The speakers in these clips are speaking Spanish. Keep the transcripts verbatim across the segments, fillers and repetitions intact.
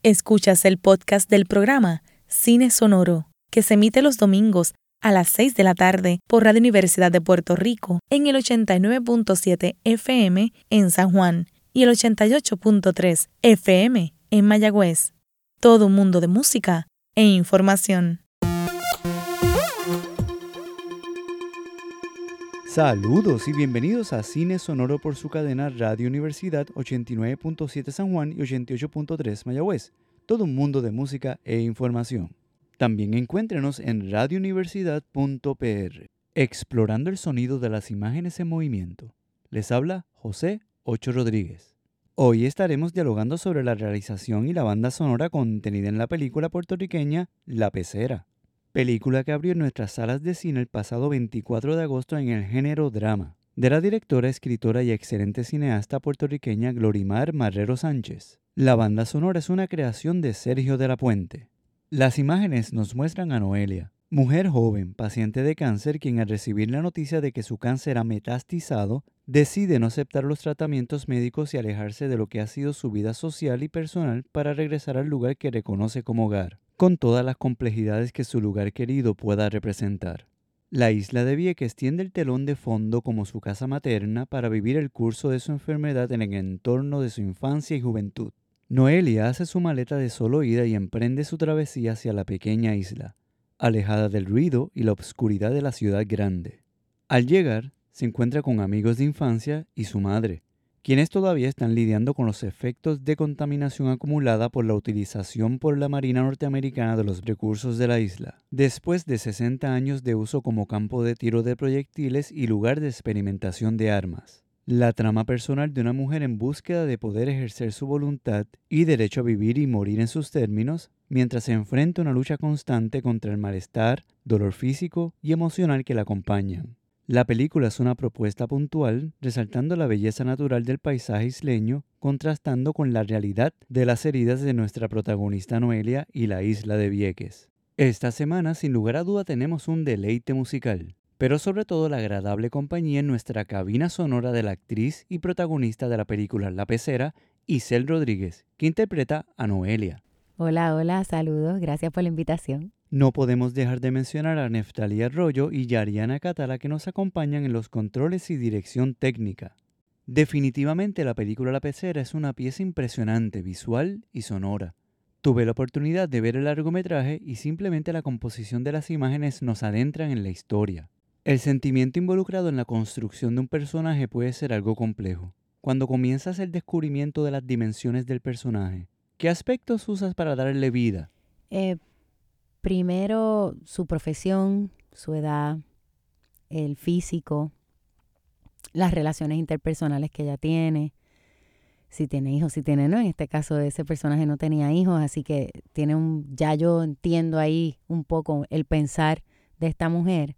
Escuchas el podcast del programa Cine Sonoro, que se emite los domingos a las seis de la tarde por Radio Universidad de Puerto Rico en el ochenta y nueve punto siete F M en San Juan y el ochenta y ocho punto tres F M en Mayagüez. Todo un mundo de música e información. Saludos y bienvenidos a Cine Sonoro por su cadena Radio Universidad ochenta y nueve punto siete San Juan y ochenta y ocho punto tres Mayagüez. Todo un mundo de música e información. También encuéntrenos en radio universidad punto p r, explorando el sonido de las imágenes en movimiento. Les habla José Ocho Rodríguez. Hoy estaremos dialogando sobre la realización y la banda sonora contenida en la película puertorriqueña La Pecera, película que abrió en nuestras salas de cine el pasado veinticuatro de agosto en el género drama, de la directora, escritora y excelente cineasta puertorriqueña Glorimar Marrero Sánchez. La banda sonora es una creación de Sergio de la Puente. Las imágenes nos muestran a Noelia, mujer joven, paciente de cáncer, quien al recibir la noticia de que su cáncer ha metastizado, decide no aceptar los tratamientos médicos y alejarse de lo que ha sido su vida social y personal para regresar al lugar que reconoce como hogar, con todas las complejidades que su lugar querido pueda representar. La isla de Vieques tiende el telón de fondo como su casa materna para vivir el curso de su enfermedad en el entorno de su infancia y juventud. Noelia hace su maleta de solo ida y emprende su travesía hacia la pequeña isla, alejada del ruido y la obscuridad de la ciudad grande. Al llegar, se encuentra con amigos de infancia y su madre, quienes todavía están lidiando con los efectos de contaminación acumulada por la utilización por la Marina norteamericana de los recursos de la isla, después de sesenta años de uso como campo de tiro de proyectiles y lugar de experimentación de armas. La trama personal de una mujer en búsqueda de poder ejercer su voluntad y derecho a vivir y morir en sus términos, mientras se enfrenta a una lucha constante contra el malestar, dolor físico y emocional que la acompañan. La película es una propuesta puntual, resaltando la belleza natural del paisaje isleño, contrastando con la realidad de las heridas de nuestra protagonista Noelia y la isla de Vieques. Esta semana, sin lugar a duda, tenemos un deleite musical, pero sobre todo la agradable compañía en nuestra cabina sonora de la actriz y protagonista de la película La Pecera, Isel Rodríguez, que interpreta a Noelia. Hola, hola, saludos, gracias por la invitación. No podemos dejar de mencionar a Neftalí Arroyo y Yariana Catala, que nos acompañan en los controles y dirección técnica. Definitivamente la película La Pecera es una pieza impresionante, visual y sonora. Tuve la oportunidad de ver el largometraje y simplemente la composición de las imágenes nos adentran en la historia. El sentimiento involucrado en la construcción de un personaje puede ser algo complejo. Cuando comienzas el descubrimiento de las dimensiones del personaje, ¿qué aspectos usas para darle vida? Eh, primero, su profesión, su edad, el físico, las relaciones interpersonales que ella tiene, si tiene hijos, si tiene no. En este caso, ese personaje no tenía hijos, así que tiene un, ya yo entiendo ahí un poco el pensar de esta mujer.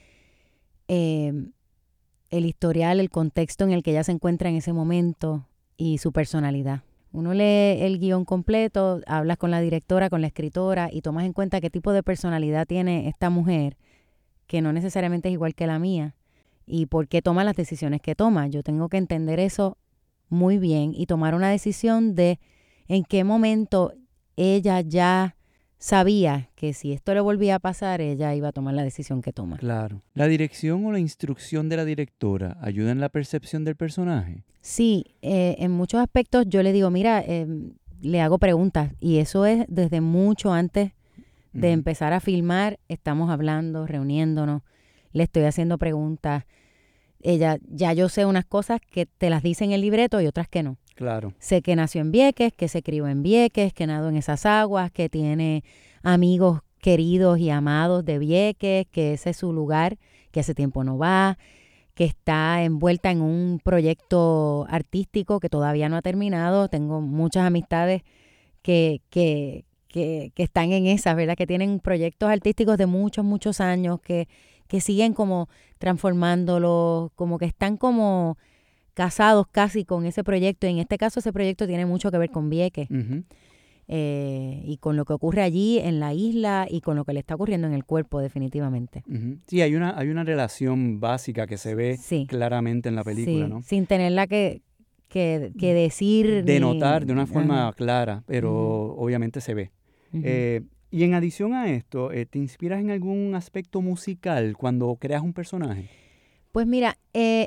Eh, el historial, el contexto en el que ella se encuentra en ese momento y su personalidad. Uno lee el guión completo, hablas con la directora, con la escritora y tomas en cuenta qué tipo de personalidad tiene esta mujer, que no necesariamente es igual que la mía, y por qué toma las decisiones que toma. Yo tengo que entender eso muy bien y tomar una decisión de en qué momento ella ya sabía que si esto le volvía a pasar, ella iba a tomar la decisión que toma. Claro. ¿La dirección o la instrucción de la directora ayuda en la percepción del personaje? Sí, eh, en muchos aspectos yo le digo, mira, eh, le hago preguntas y eso es desde mucho antes de uh-huh. empezar a filmar. Estamos hablando, reuniéndonos, le estoy haciendo preguntas. Ella, ya yo sé unas cosas que te las dice en el libreto y otras que no. Claro. Sé que nació en Vieques, que se crió en Vieques, que nadó en esas aguas, que tiene amigos queridos y amados de Vieques, que ese es su lugar, que hace tiempo no va, que está envuelta en un proyecto artístico que todavía no ha terminado. Tengo muchas amistades que, que, que, que están en esas, ¿verdad? Que tienen proyectos artísticos de muchos, muchos años, que, que siguen como transformándolo, como que están como casados casi con ese proyecto. En este caso, ese proyecto tiene mucho que ver con Vieques. Uh-huh. Eh, y con lo que ocurre allí en la isla y con lo que le está ocurriendo en el cuerpo, definitivamente. Uh-huh. Sí, hay una, hay una relación básica que se ve sí. claramente en la película, sí. ¿no? Sin tenerla que, que, que decir. De ni, notar de una forma ajá. clara, pero Uh-huh. obviamente se ve. Uh-huh. Eh, y en adición a esto, eh, ¿te inspiras en algún aspecto musical cuando creas un personaje? Pues mira, eh,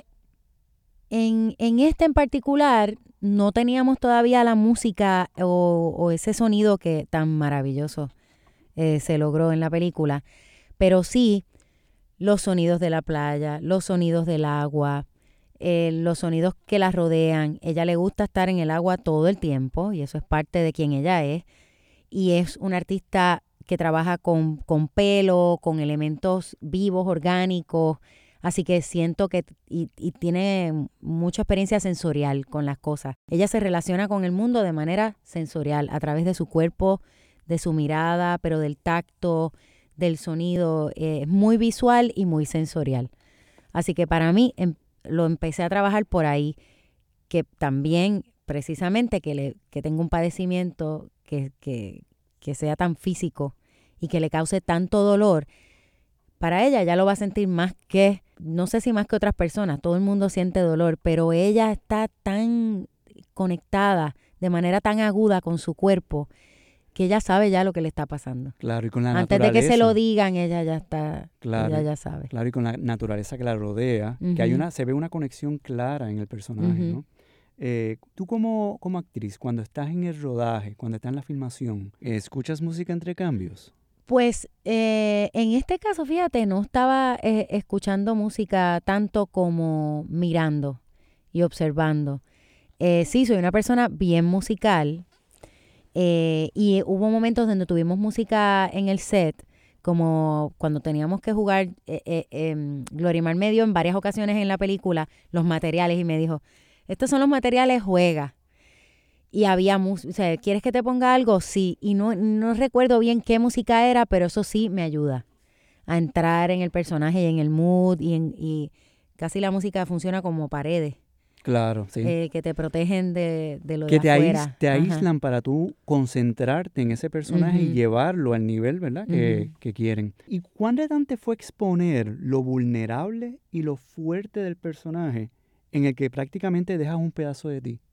en, en este en particular no teníamos todavía la música o, o ese sonido que tan maravilloso eh, se logró en la película, pero sí los sonidos de la playa, los sonidos del agua, eh, los sonidos que la rodean. Ella le gusta estar en el agua todo el tiempo y eso es parte de quien ella es. Y es una artista que trabaja con, con pelo, con elementos vivos, orgánicos. Así que siento que y, y tiene mucha experiencia sensorial con las cosas. Ella se relaciona con el mundo de manera sensorial, a través de su cuerpo, de su mirada, pero del tacto, del sonido. Es eh, muy visual y muy sensorial. Así que para mí em, lo empecé a trabajar por ahí, que también precisamente que, le, que tengo un padecimiento que, que, que sea tan físico y que le cause tanto dolor. Para ella ya lo va a sentir más que, no sé si más que otras personas, todo el mundo siente dolor, pero ella está tan conectada de manera tan aguda con su cuerpo que ella sabe ya lo que le está pasando. Claro, y con la Antes naturaleza. de que se lo digan, ella ya está, claro, ella ya sabe. Claro, y con la naturaleza que la rodea, Uh-huh. que hay una, se ve una conexión clara en el personaje, Uh-huh. ¿no? Eh, tú como, como actriz, cuando estás en el rodaje, cuando estás en la filmación, ¿escuchas música entre cambios? Pues eh, en este caso, fíjate, no estaba eh, escuchando música tanto como mirando y observando. Eh, sí, soy una persona bien musical eh, y hubo momentos donde tuvimos música en el set, como cuando teníamos que jugar, eh, eh, eh, Glorimar me dio en varias ocasiones en la película los materiales y me dijo, estos son los materiales, juega. Y había música, o sea, ¿quieres que te ponga algo? Sí. Y no, no recuerdo bien qué música era, pero eso sí me ayuda a entrar en el personaje y en el mood. Y, en, y casi la música funciona como paredes. Claro, sí. Eh, que te protegen de, de lo que de te afuera. Ais, te aíslan para tú concentrarte en ese personaje uh-huh. y llevarlo al nivel, ¿verdad? Que, uh-huh. que quieren. ¿Y cuán retante fue exponer lo vulnerable y lo fuerte del personaje en el que prácticamente dejas un pedazo de ti?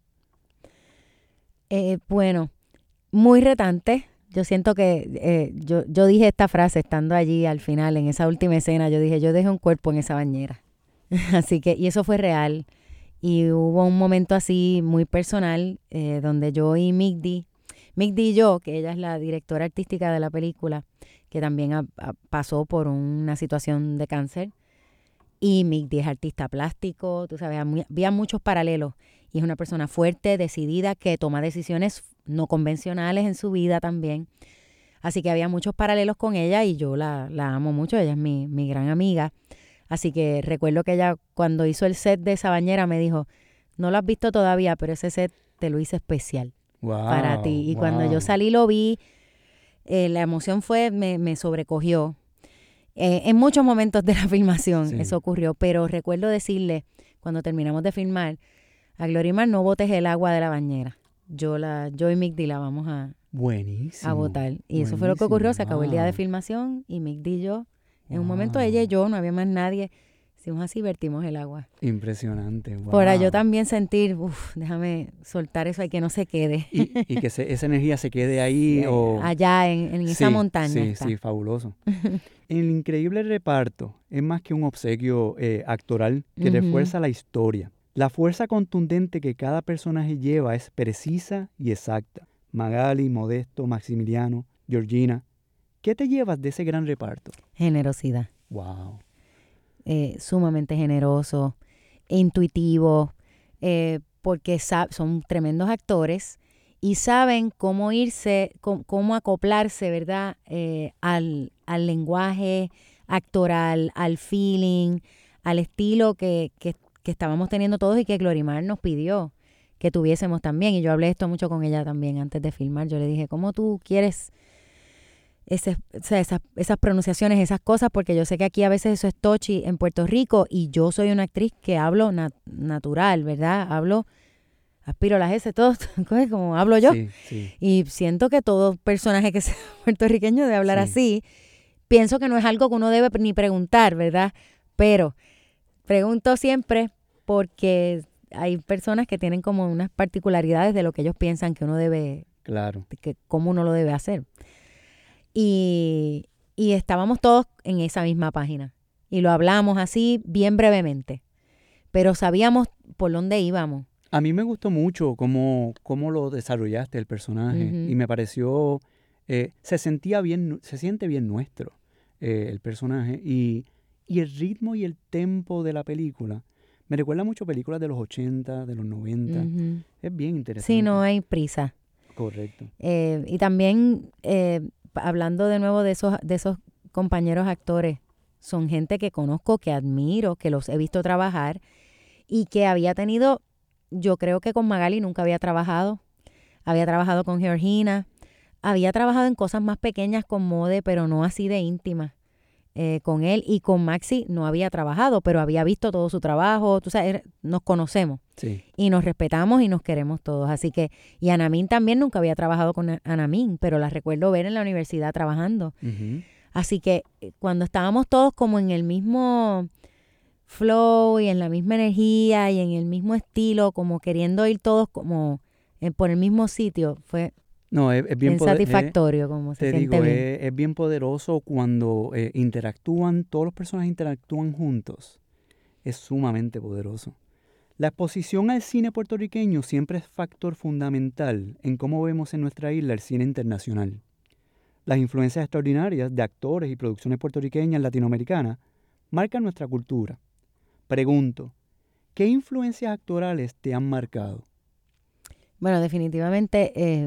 Eh, bueno, muy retante. Yo siento que eh, yo, yo dije esta frase estando allí al final, en esa última escena, yo dije, yo dejé un cuerpo en esa bañera. Así que, y eso fue real. Y hubo un momento así muy personal eh, donde yo y Migdi, Migdi y yo, que ella es la directora artística de la película, que también a, a, pasó por una situación de cáncer. Y Migdi es artista plástico, tú sabes, había muchos paralelos. Y es una persona fuerte, decidida, que toma decisiones no convencionales en su vida también. Así que había muchos paralelos con ella y yo la, la amo mucho. Ella es mi, mi gran amiga. Así que recuerdo que ella cuando hizo el set de esa bañera me dijo, no lo has visto todavía, pero ese set te lo hice especial wow, para ti. Y wow. cuando yo salí lo vi, eh, la emoción fue, me, me sobrecogió. Eh, en muchos momentos de la filmación sí. eso ocurrió, pero recuerdo decirle, cuando terminamos de filmar, a Glorimar, no botes el agua de la bañera. Yo la, yo y Migdi la vamos a, Buenísimo, a botar. Y buenísimo, eso fue lo que ocurrió. Se acabó wow. el día de filmación y Migdi y yo, en wow. un momento ella y yo, no había más nadie. Hicimos así, vertimos el agua. Impresionante, wow. Para yo también sentir, uff, déjame soltar eso y que no se quede. Y, y que se, esa energía se quede ahí. Sí, o... allá en, en sí, esa montaña. Sí, está. sí, fabuloso. El increíble reparto es más que un obsequio eh, actoral que uh-huh. refuerza la historia. La fuerza contundente que cada personaje lleva es precisa y exacta. Magali, Modesto, Maximiliano, Georgina. ¿Qué te llevas de ese gran reparto? Generosidad. Wow. Eh, sumamente generoso, intuitivo, eh, porque sab- son tremendos actores y saben cómo irse, cómo, cómo acoplarse, ¿verdad? Eh, al, al lenguaje actoral, al feeling, al estilo que, que, que estábamos teniendo todos y que Glorimar nos pidió que tuviésemos también. Y yo hablé esto mucho con ella también antes de filmar. Yo le dije, ¿cómo tú quieres ese, o sea, esas, esas pronunciaciones, esas cosas? Porque yo sé que aquí a veces eso es touchy en Puerto Rico y yo soy una actriz que hablo nat- natural, ¿verdad? Hablo, aspiro a las S, todo como hablo yo. Sí, sí. Y siento que todo personaje que sea puertorriqueño debe hablar sí. así. Pienso que no es algo que uno debe ni preguntar, ¿verdad? Pero pregunto siempre porque hay personas que tienen como unas particularidades de lo que ellos piensan que uno debe, Claro. que cómo uno lo debe hacer. Y, y estábamos todos en esa misma página. Y lo hablamos así bien brevemente. Pero sabíamos por dónde íbamos. A mí me gustó mucho cómo, cómo lo desarrollaste, el personaje. Ujú. Y me pareció, eh, se sentía bien, se siente bien nuestro, eh, el personaje. Y, y el ritmo y el tempo de la película me recuerda mucho a películas de los ochenta, de los noventa. Ujú. Es bien interesante. Sí, no hay prisa. Correcto. Eh, y también, eh, hablando de nuevo de esos, de esos compañeros actores, son gente que conozco, que admiro, que los he visto trabajar y que había tenido, yo creo que con Magali nunca había trabajado. Había trabajado con Georgina, había trabajado en cosas más pequeñas con Mode, pero no así de íntimas. Eh, con él y con Maxi no había trabajado, pero había visto todo su trabajo. Tú sabes, nos conocemos Sí. y nos respetamos y nos queremos todos. Así que, y Anamín también nunca había trabajado con Anamín, pero la recuerdo ver en la universidad trabajando. Ujú. Así que eh, cuando estábamos todos como en el mismo flow y en la misma energía y en el mismo estilo, como queriendo ir todos como eh, por el mismo sitio, fue No, es, es bien bien poder- satisfactorio, como eh, se te siente digo, bien. es, es bien poderoso cuando eh, interactúan, todos los personajes interactúan juntos. Es sumamente poderoso. La exposición al cine puertorriqueño siempre es factor fundamental en cómo vemos en nuestra isla el cine internacional. Las influencias extraordinarias de actores y producciones puertorriqueñas latinoamericanas marcan nuestra cultura. Pregunto, ¿qué influencias actorales te han marcado? Bueno, definitivamente eh,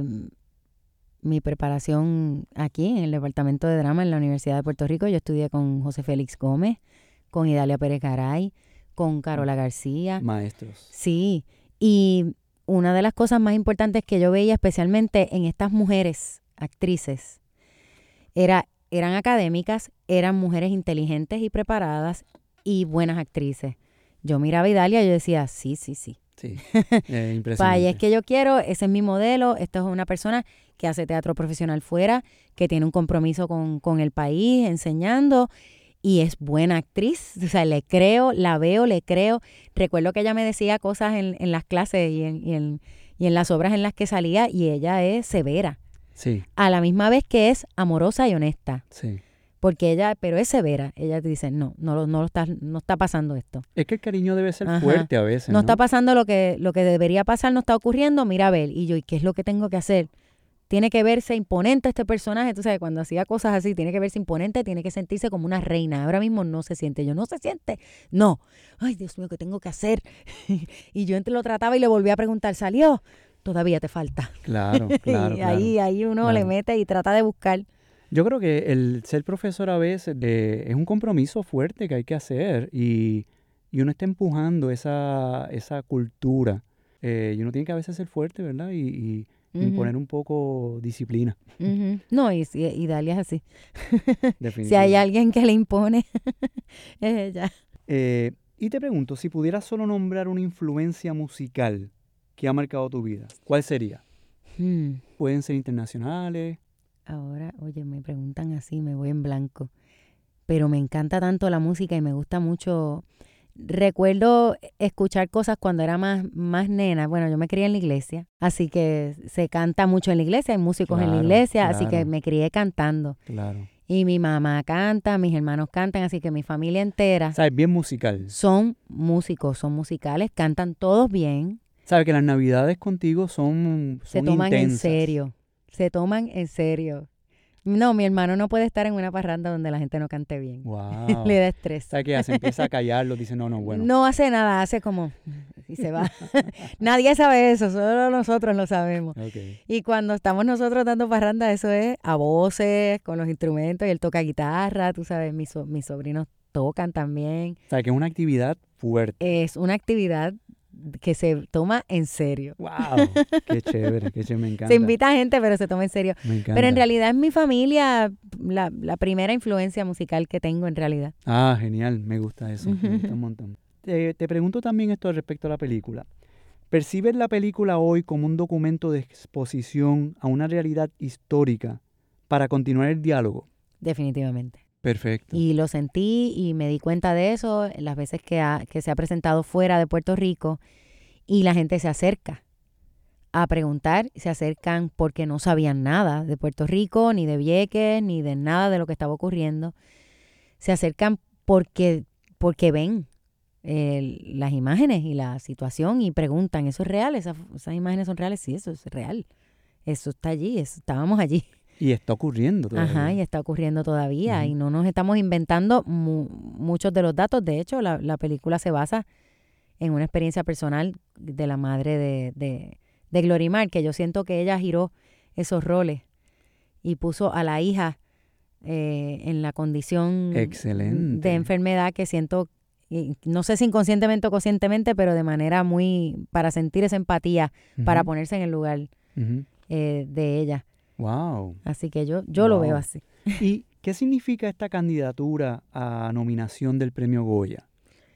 mi preparación aquí en el Departamento de Drama en la Universidad de Puerto Rico, yo estudié con José Félix Gómez, con Idalia Pérez Garay, con Carola García. Maestros. Sí, y una de las cosas más importantes que yo veía especialmente en estas mujeres actrices era, eran académicas, eran mujeres inteligentes y preparadas y buenas actrices. Yo miraba a Idalia y yo decía, sí, sí, sí. Sí, eh, impresionante. Vaya, es que yo quiero, ese es mi modelo, esto es una persona que hace teatro profesional fuera, que tiene un compromiso con, con el país, enseñando, y es buena actriz, o sea, le creo, la veo, le creo. Recuerdo que ella me decía cosas en, en las clases y en, y, en, y en las obras en las que salía, y ella es severa, Sí, a la misma vez que es amorosa y honesta, sí. porque ella, pero es severa, ella te dice, no, no, lo- no, lo está, no está pasando esto. Es que el cariño debe ser Ajá. fuerte a veces, No, ¿no? está pasando lo que, lo que debería pasar, no está ocurriendo, mira a ver. Y yo, ¿y qué es lo que tengo que hacer? Tiene que verse imponente este personaje. Tú sabes, cuando hacía cosas así, tiene que verse imponente, tiene que sentirse como una reina. Ahora mismo no se siente. Yo, no se siente. No. Ay, Dios mío, ¿qué tengo que hacer? Y yo entre lo trataba y le volví a preguntar, ¿salió? Todavía te falta. Claro, claro, Y claro. ahí, ahí uno claro. le mete y trata de buscar. Yo creo que el ser profesor a veces eh, es un compromiso fuerte que hay que hacer y, y uno está empujando esa, esa cultura. Eh, y uno tiene que a veces ser fuerte, ¿verdad? Y, y Ujú, imponer un poco disciplina, ujú. No, y, y, y Dalia es así. Si definitivamente. hay alguien que le impone, es ella. Eh, y te pregunto, si pudieras solo nombrar una influencia musical que ha marcado tu vida, ¿cuál sería? Hmm. Pueden ser internacionales. Ahora, oye, me preguntan así, me voy en blanco. Pero me encanta tanto la música y me gusta mucho. Recuerdo escuchar cosas cuando era más, más nena. Bueno, yo me crié en la iglesia, así que se canta mucho en la iglesia, hay músicos en la Claro, iglesia, así que claro. me crié cantando. Claro. Y mi mamá canta, mis hermanos cantan, así que mi familia entera ¿Sabes? Bien musical. son músicos, son musicales, cantan todos bien, ¿Sabes? Que las navidades contigo son, se son toman en intensas. serio, se toman en serio. No, mi hermano no puede estar en una parranda donde la gente no cante bien. Wow. Le da estrés. ¿Sabes qué hace? Empieza a callarlo, dice, no, no, bueno. No hace nada, hace como y se va. Nadie sabe eso, solo nosotros lo sabemos. Ok. Y cuando estamos nosotros dando parranda, eso es a voces, con los instrumentos, y él toca guitarra, tú sabes, mis, so- mis sobrinos tocan también. O sea, que es una actividad fuerte. Es una actividad que se toma en serio. ¡Wow! ¡Qué chévere! ¡Qué chévere! Me encanta. Se invita a gente, pero se toma en serio. Me encanta. Pero en realidad es mi familia la, la primera influencia musical que tengo en realidad. Ah, genial. Me gusta eso. Me Ujú. gusta un montón. Te, te pregunto también esto respecto a la película. ¿Percibes la película hoy como un documento de exposición a una realidad histórica para continuar el diálogo? Definitivamente. Perfecto. Y lo sentí y me di cuenta de eso las veces que, ha- que se ha presentado fuera de Puerto Rico. Y la gente se acerca a preguntar, se acercan porque no sabían nada de Puerto Rico, ni de Vieques, ni de nada de lo que estaba ocurriendo. Se acercan porque, porque ven eh, las imágenes y la situación y preguntan, ¿eso es real? ¿Esas, esas imágenes son reales? Sí, eso es real. Eso está allí, eso, estábamos allí. Y está ocurriendo todavía. Ajá, y está ocurriendo todavía. Uh-huh. Y no nos estamos inventando mu- muchos de los datos. De hecho, la, la película se basa en una experiencia personal de la madre de, de, de Glorimar, que yo siento que ella giró esos roles y puso a la hija eh, en la condición Excelente. de enfermedad que siento, no sé si inconscientemente o conscientemente, pero de manera muy, para sentir esa empatía, uh-huh. para ponerse en el lugar uh-huh. eh, de ella. Wow. Así que yo, yo wow. lo veo así. ¿Y qué significa esta candidatura a nominación del Premio Goya?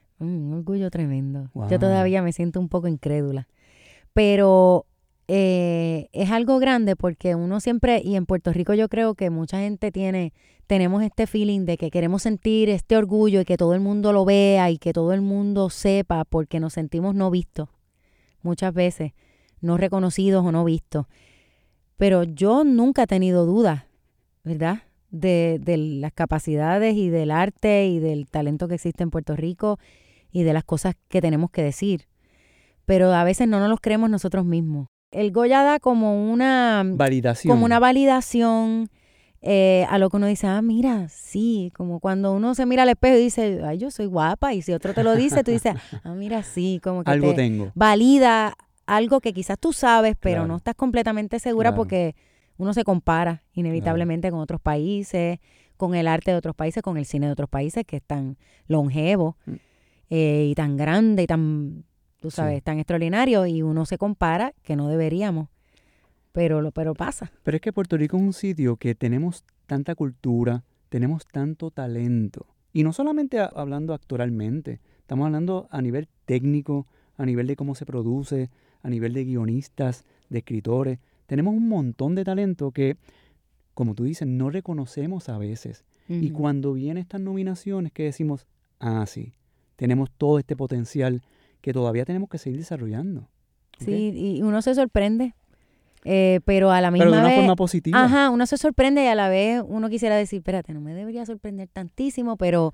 Un orgullo tremendo. Wow. Yo todavía me siento un poco incrédula. Pero eh, es algo grande porque uno siempre, y en Puerto Rico yo creo que mucha gente tiene, tenemos este feeling de que queremos sentir este orgullo y que todo el mundo lo vea y que todo el mundo sepa porque nos sentimos no vistos. Muchas veces, no reconocidos o no vistos. Pero yo nunca he tenido dudas, ¿verdad? De, de las capacidades y del arte y del talento que existe en Puerto Rico y de las cosas que tenemos que decir. Pero a veces no nos los creemos nosotros mismos. El Goya da como una validación, como una validación eh, a lo que uno dice, ah, mira, sí, como cuando uno se mira al espejo y dice, ay, yo soy guapa, y si otro te lo dice, tú dices, ah, mira, sí, como que algo te tengo. valida algo que quizás tú sabes, pero claro. no estás completamente segura claro. porque uno se compara inevitablemente claro. con otros países, con el arte de otros países, con el cine de otros países que es tan longevo mm. eh, y tan grande y tan, tú sabes, sí. tan extraordinario, y uno se compara, que no deberíamos, pero, pero pasa. Pero es que Puerto Rico es un sitio que tenemos tanta cultura, tenemos tanto talento, y no solamente a, hablando actoralmente, estamos hablando a nivel técnico, a nivel de cómo se produce, a nivel de guionistas, de escritores. Tenemos un montón de talento que, como tú dices, no reconocemos a veces. Uh-huh. Y cuando vienen estas nominaciones que decimos, ah, sí, tenemos todo este potencial que todavía tenemos que seguir desarrollando. ¿Okay? Sí, y uno se sorprende, eh, pero a la misma vez... Pero de una vez, forma positiva. Ajá, uno se sorprende y a la vez uno quisiera decir, espérate, no me debería sorprender tantísimo, pero...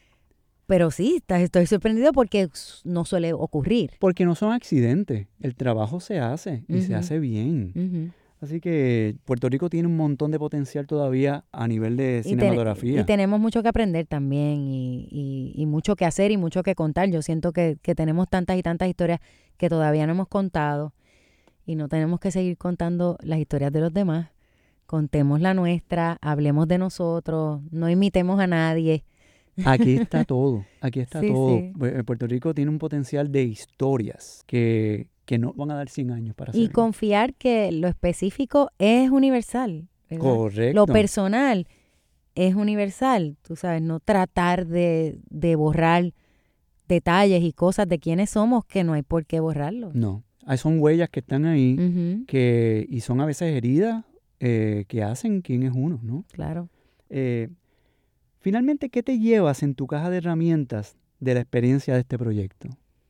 Pero sí, estoy sorprendido porque no suele ocurrir. Porque no son accidentes. El trabajo se hace y uh-huh. se hace bien. Uh-huh. Así que Puerto Rico tiene un montón de potencial todavía a nivel de y cinematografía. Ten, y tenemos mucho que aprender también y, y, y mucho que hacer y mucho que contar. Yo siento que, que tenemos tantas y tantas historias que todavía no hemos contado y no tenemos que seguir contando las historias de los demás. Contemos la nuestra, hablemos de nosotros, no imitemos a nadie. Aquí está todo, aquí está sí, todo. Sí. Puerto Rico tiene un potencial de historias que, que no van a dar cien años para hacerlo. Y confiar que lo específico es universal, ¿verdad? Correcto. Lo personal es universal, tú sabes, no tratar de, de borrar detalles y cosas de quiénes somos que no hay por qué borrarlo. No, son huellas que están ahí uh-huh. que, y son a veces heridas eh, que hacen quién es uno, ¿no? Claro. Eh, Finalmente, ¿qué te llevas en tu caja de herramientas de la experiencia de este proyecto?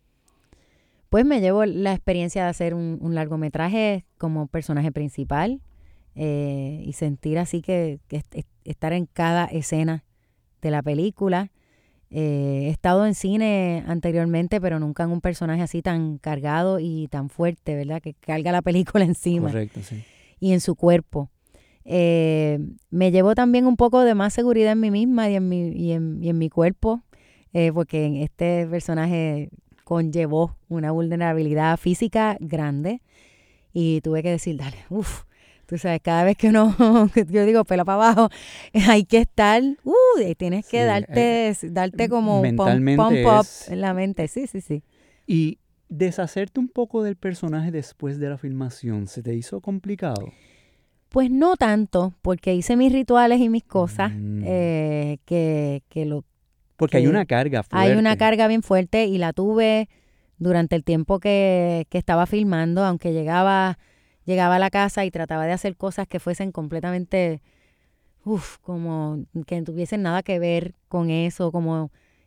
Pues me llevo la experiencia de hacer un, un largometraje como personaje principal eh, y sentir así que, que est- estar en cada escena de la película. Eh, he estado en cine anteriormente, pero nunca en un personaje así tan cargado y tan fuerte, ¿verdad? Que carga la película encima. Correcto, sí. Y en su cuerpo. Eh, me llevo también un poco de más seguridad en mí misma y en mi, y en, y en mi cuerpo, eh, porque este personaje conllevó una vulnerabilidad física grande y tuve que decir, dale, uff, tú sabes, cada vez que uno, yo digo pelo para abajo, hay que estar, uh, tienes que sí, darte, eh, darte como un pump, pump up es... en la mente, sí, sí, sí. Y deshacerte un poco del personaje después de la filmación, ¿se te hizo complicado? Pues no tanto, porque hice mis rituales y mis cosas, mm. eh, que, que lo... Porque que hay una carga fuerte. Hay una carga bien fuerte y la tuve durante el tiempo que, que estaba filmando, aunque llegaba, llegaba a la casa y trataba de hacer cosas que fuesen completamente, uff, como que no tuviesen nada que ver con eso, como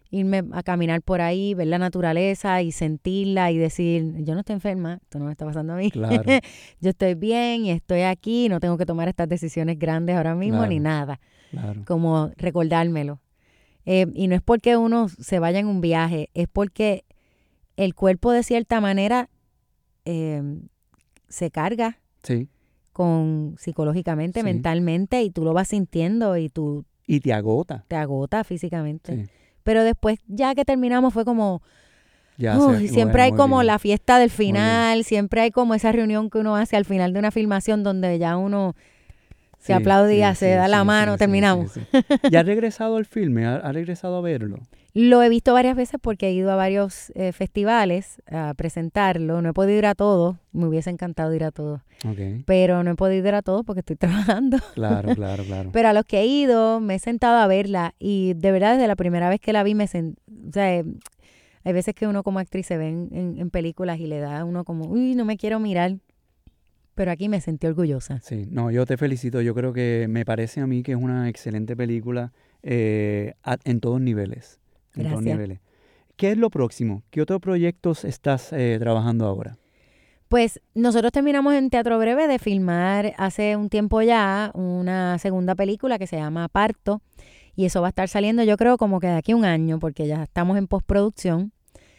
irme a caminar por ahí, ver la naturaleza y sentirla y decir, yo no estoy enferma, esto no me está pasando a mí. Claro. Yo estoy bien y estoy aquí, no tengo que tomar estas decisiones grandes ahora mismo Claro. ni nada. Claro. Como recordármelo. Eh, y no es porque uno se vaya en un viaje, es porque el cuerpo de cierta manera eh, se carga Sí. con psicológicamente, Sí. mentalmente, y tú lo vas sintiendo y tú Y te agota. te agota físicamente. Sí. Pero después, ya que terminamos, fue como, Ya uy, sé. siempre Bueno, hay muy como bien. la fiesta del Muy bien. final, siempre hay como esa reunión que uno hace al final de una filmación donde ya uno se Sí, aplaudía, sí, se sí, da la sí, mano, sí, terminamos. sí, sí, sí. ¿Ya ha regresado al filme? ¿Ha, ha regresado a verlo? Lo he visto varias veces porque he ido a varios eh, festivales a presentarlo. No he podido ir a todos, me hubiese encantado ir a todos, Ok. pero no he podido ir a todos porque estoy trabajando. Claro, claro, claro. Pero a los que he ido, me he sentado a verla y de verdad desde la primera vez que la vi me sent... O sea, eh, hay veces que uno como actriz se ve en, en, en películas y le da a uno como, uy, no me quiero mirar. Pero aquí me sentí orgullosa. Sí, no, yo te felicito. Yo creo que me parece a mí que es una excelente película eh, a- en todos niveles. En todos Gracias. niveles. ¿Qué es lo próximo? ¿Qué otros proyectos estás eh, trabajando ahora? Pues nosotros terminamos en Teatro Breve de filmar hace un tiempo ya una segunda película que se llama Parto. Y eso va a estar saliendo yo creo como que de aquí a un año porque ya estamos en postproducción.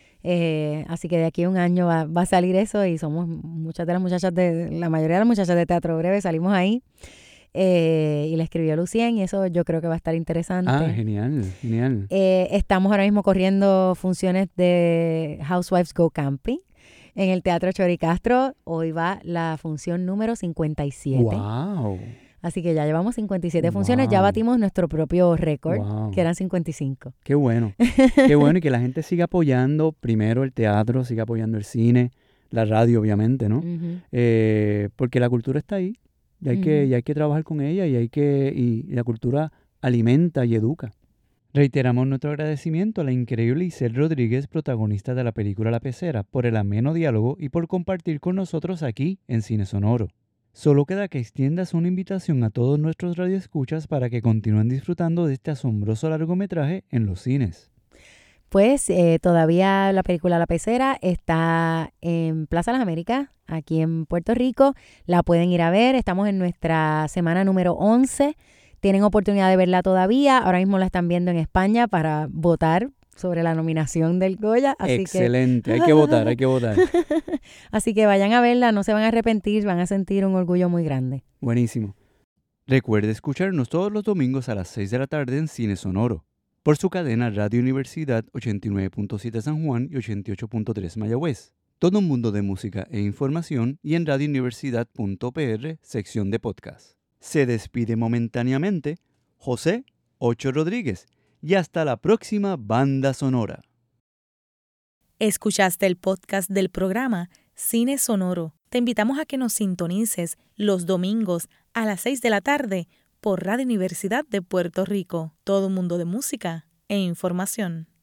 Eh, así que de aquí a un año va, va a salir eso y somos muchas de las muchachas, de la mayoría de las muchachas de Teatro Breve salimos ahí. Eh, y la escribió Lucien y eso yo creo que va a estar interesante. Ah, genial, genial. Eh, estamos ahora mismo corriendo funciones de Housewives Go Camping en el Teatro Choricastro. Hoy va la función número cincuenta y siete. ¡Wow! Así que ya llevamos cincuenta y siete funciones, ya Wow. batimos nuestro propio récord, Wow. que eran cincuenta y cinco. Qué bueno. Qué bueno y que la gente siga apoyando primero el teatro, siga apoyando el cine, la radio obviamente, ¿no? Ujú. Eh, porque la cultura está ahí y hay, que, Ujú. y hay que trabajar con ella y, hay que, y la cultura alimenta y educa. Reiteramos nuestro agradecimiento a la increíble Isel Rodríguez, protagonista de la película La Pecera, por el ameno diálogo y por compartir con nosotros aquí en Cine Sonoro. Solo queda que extiendas una invitación a todos nuestros radioescuchas para que continúen disfrutando de este asombroso largometraje en los cines. Pues eh, todavía la película La Pecera está en Plaza Las Américas, aquí en Puerto Rico. La pueden ir a ver. Estamos en nuestra semana número once. Tienen oportunidad de verla todavía. Ahora mismo la están viendo en España para votar sobre la nominación del Goya. Así Excelente, hay que votar, hay que votar. que, así que vayan a verla, no se van a arrepentir, van a sentir un orgullo muy grande. Buenísimo. Recuerde escucharnos todos los domingos a las seis de la tarde en Cine Sonoro, por su cadena Radio Universidad ochenta y nueve punto siete San Juan y ochenta y ocho punto tres Mayagüez. Todo un mundo de música e información y en radio universidad punto p r, sección de podcast. Se despide momentáneamente José Ocho Rodríguez y hasta la próxima banda sonora. Escuchaste el podcast del programa Cine Sonoro. Te invitamos a que nos sintonices los domingos a las seis de la tarde por Radio Universidad de Puerto Rico. Todo un mundo de música e información.